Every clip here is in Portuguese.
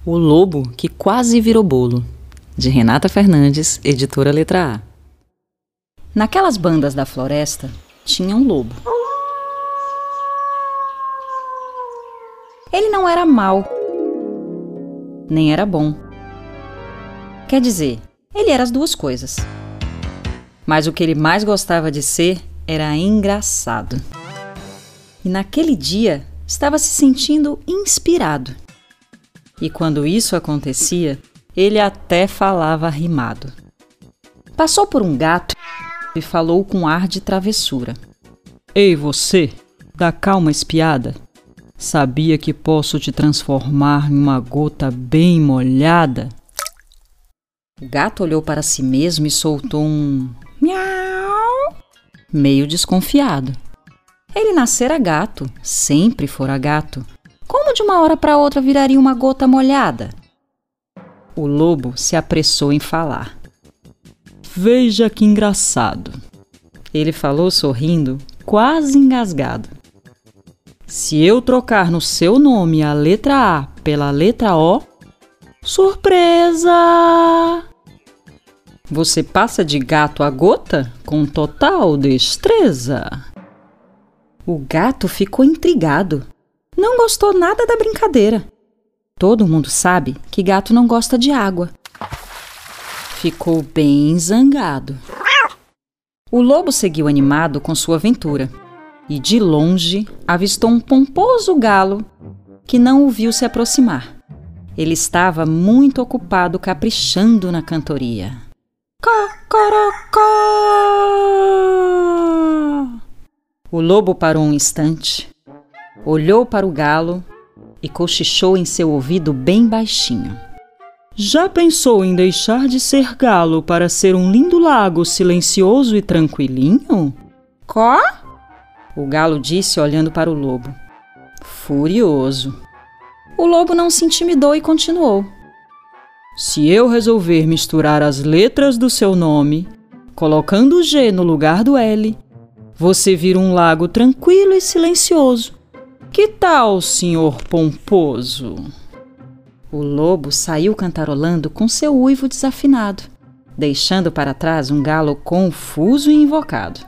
O Lobo que Quase Virou Bolo, de Renata Fernandes, editora Letra A. Naquelas bandas da floresta, tinha um lobo. Ele não era mau, nem era bom. Quer dizer, ele era as duas coisas. Mas o que ele mais gostava de ser era engraçado. E naquele dia, estava se sentindo inspirado. E quando isso acontecia, ele até falava rimado. Passou por um gato e falou com ar de travessura. Ei você, da calma espiada, sabia que posso te transformar em uma gota bem molhada? O gato olhou para si mesmo e soltou um miau, meio desconfiado. Ele nascera gato, sempre fora gato. Como de uma hora para outra viraria uma gota molhada? O lobo se apressou em falar. Veja que engraçado. Ele falou sorrindo, quase engasgado. Se eu trocar no seu nome a letra A pela letra O, surpresa! Você passa de gato a gota com total destreza. O gato ficou intrigado. Não gostou nada da brincadeira. Todo mundo sabe que gato não gosta de água. Ficou bem zangado. O lobo seguiu animado com sua aventura e, de longe, avistou um pomposo galo que não o viu se aproximar. Ele estava muito ocupado caprichando na cantoria. Cocorocó! O lobo parou um instante, olhou para o galo e cochichou em seu ouvido bem baixinho. Já pensou em deixar de ser galo para ser um lindo lago silencioso e tranquilinho? Có? O galo disse olhando para o lobo, furioso. O lobo não se intimidou e continuou. Se eu resolver misturar as letras do seu nome, colocando o G no lugar do L, você vira um lago tranquilo e silencioso. Que tal, senhor pomposo? O lobo saiu cantarolando com seu uivo desafinado, deixando para trás um galo confuso e invocado.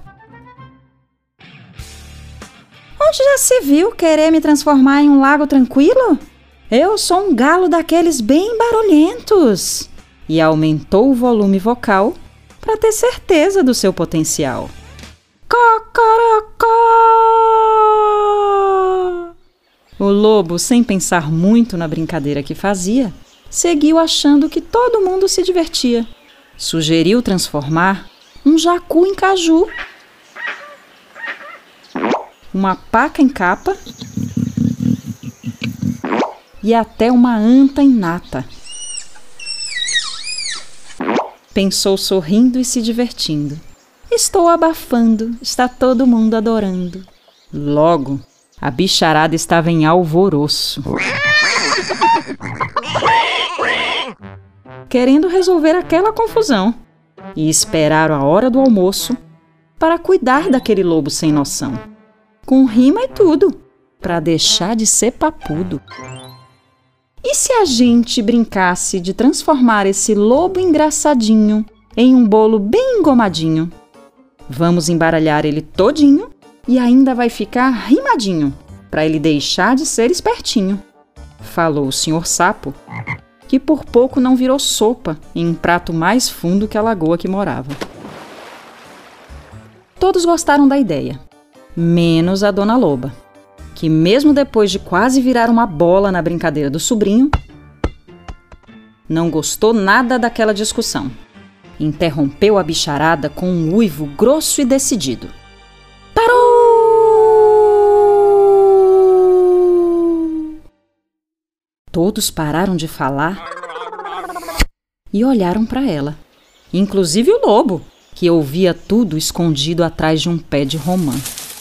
Onde já se viu querer me transformar em um lago tranquilo? Eu sou um galo daqueles bem barulhentos. E aumentou o volume vocal para ter certeza do seu potencial. Cocorocó! O lobo, sem pensar muito na brincadeira que fazia, seguiu achando que todo mundo se divertia. Sugeriu transformar um jacu em caju, uma paca em capa e até uma anta em nata. Pensou sorrindo e se divertindo. Estou abafando, está todo mundo adorando. Logo, a bicharada estava em alvoroço, querendo resolver aquela confusão, e esperaram a hora do almoço para cuidar daquele lobo sem noção, com rima e tudo, para deixar de ser papudo. E se a gente brincasse de transformar esse lobo engraçadinho em um bolo bem engomadinho? Vamos embaralhar ele todinho e ainda vai ficar rimadinho, para ele deixar de ser espertinho, falou o senhor sapo, que por pouco não virou sopa em um prato mais fundo que a lagoa que morava. Todos gostaram da ideia, menos a dona loba, que mesmo depois de quase virar uma bola na brincadeira do sobrinho, não gostou nada daquela discussão. Interrompeu a bicharada com um uivo grosso e decidido. Parou! Todos pararam de falar e olharam para ela, inclusive o lobo, que ouvia tudo escondido atrás de um pé de romã.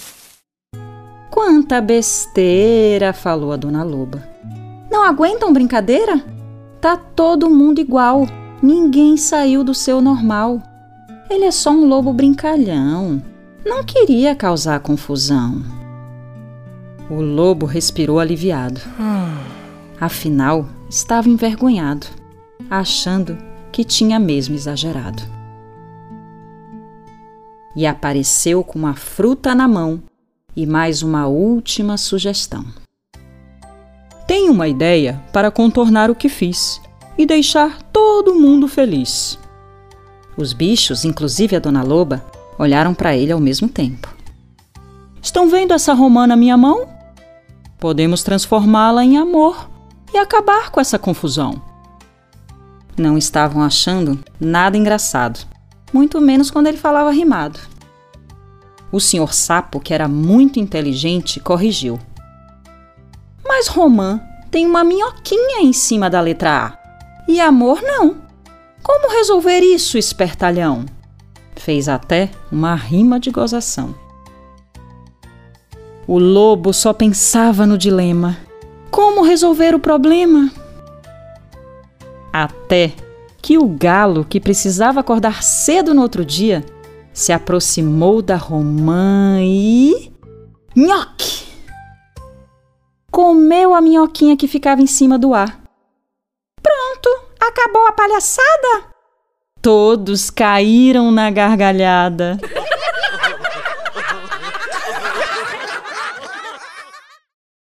Quanta besteira, falou a dona loba. Não aguentam brincadeira? Tá todo mundo igual. Ninguém saiu do seu normal. Ele é só um lobo brincalhão. Não queria causar confusão. O lobo respirou aliviado. Afinal, estava envergonhado, achando que tinha mesmo exagerado. E apareceu com uma fruta na mão e mais uma última sugestão. Tenho uma ideia para contornar o que fiz e deixar todo mundo feliz. Os bichos, inclusive a Dona Loba, olharam para ele ao mesmo tempo. Estão vendo essa romã na minha mão? Podemos transformá-la em amor e acabar com essa confusão. Não estavam achando nada engraçado, muito menos quando ele falava rimado. O Sr. Sapo, que era muito inteligente, corrigiu. Mas romã tem uma minhoquinha em cima da letra A e amor não. Como resolver isso, espertalhão? Fez até uma rima de gozação. O lobo só pensava no dilema. Como resolver o problema? Até que o galo, que precisava acordar cedo no outro dia, se aproximou da romã e... Nhoque! Comeu a minhoquinha que ficava em cima do A. Pronto, acabou a palhaçada? Todos caíram na gargalhada.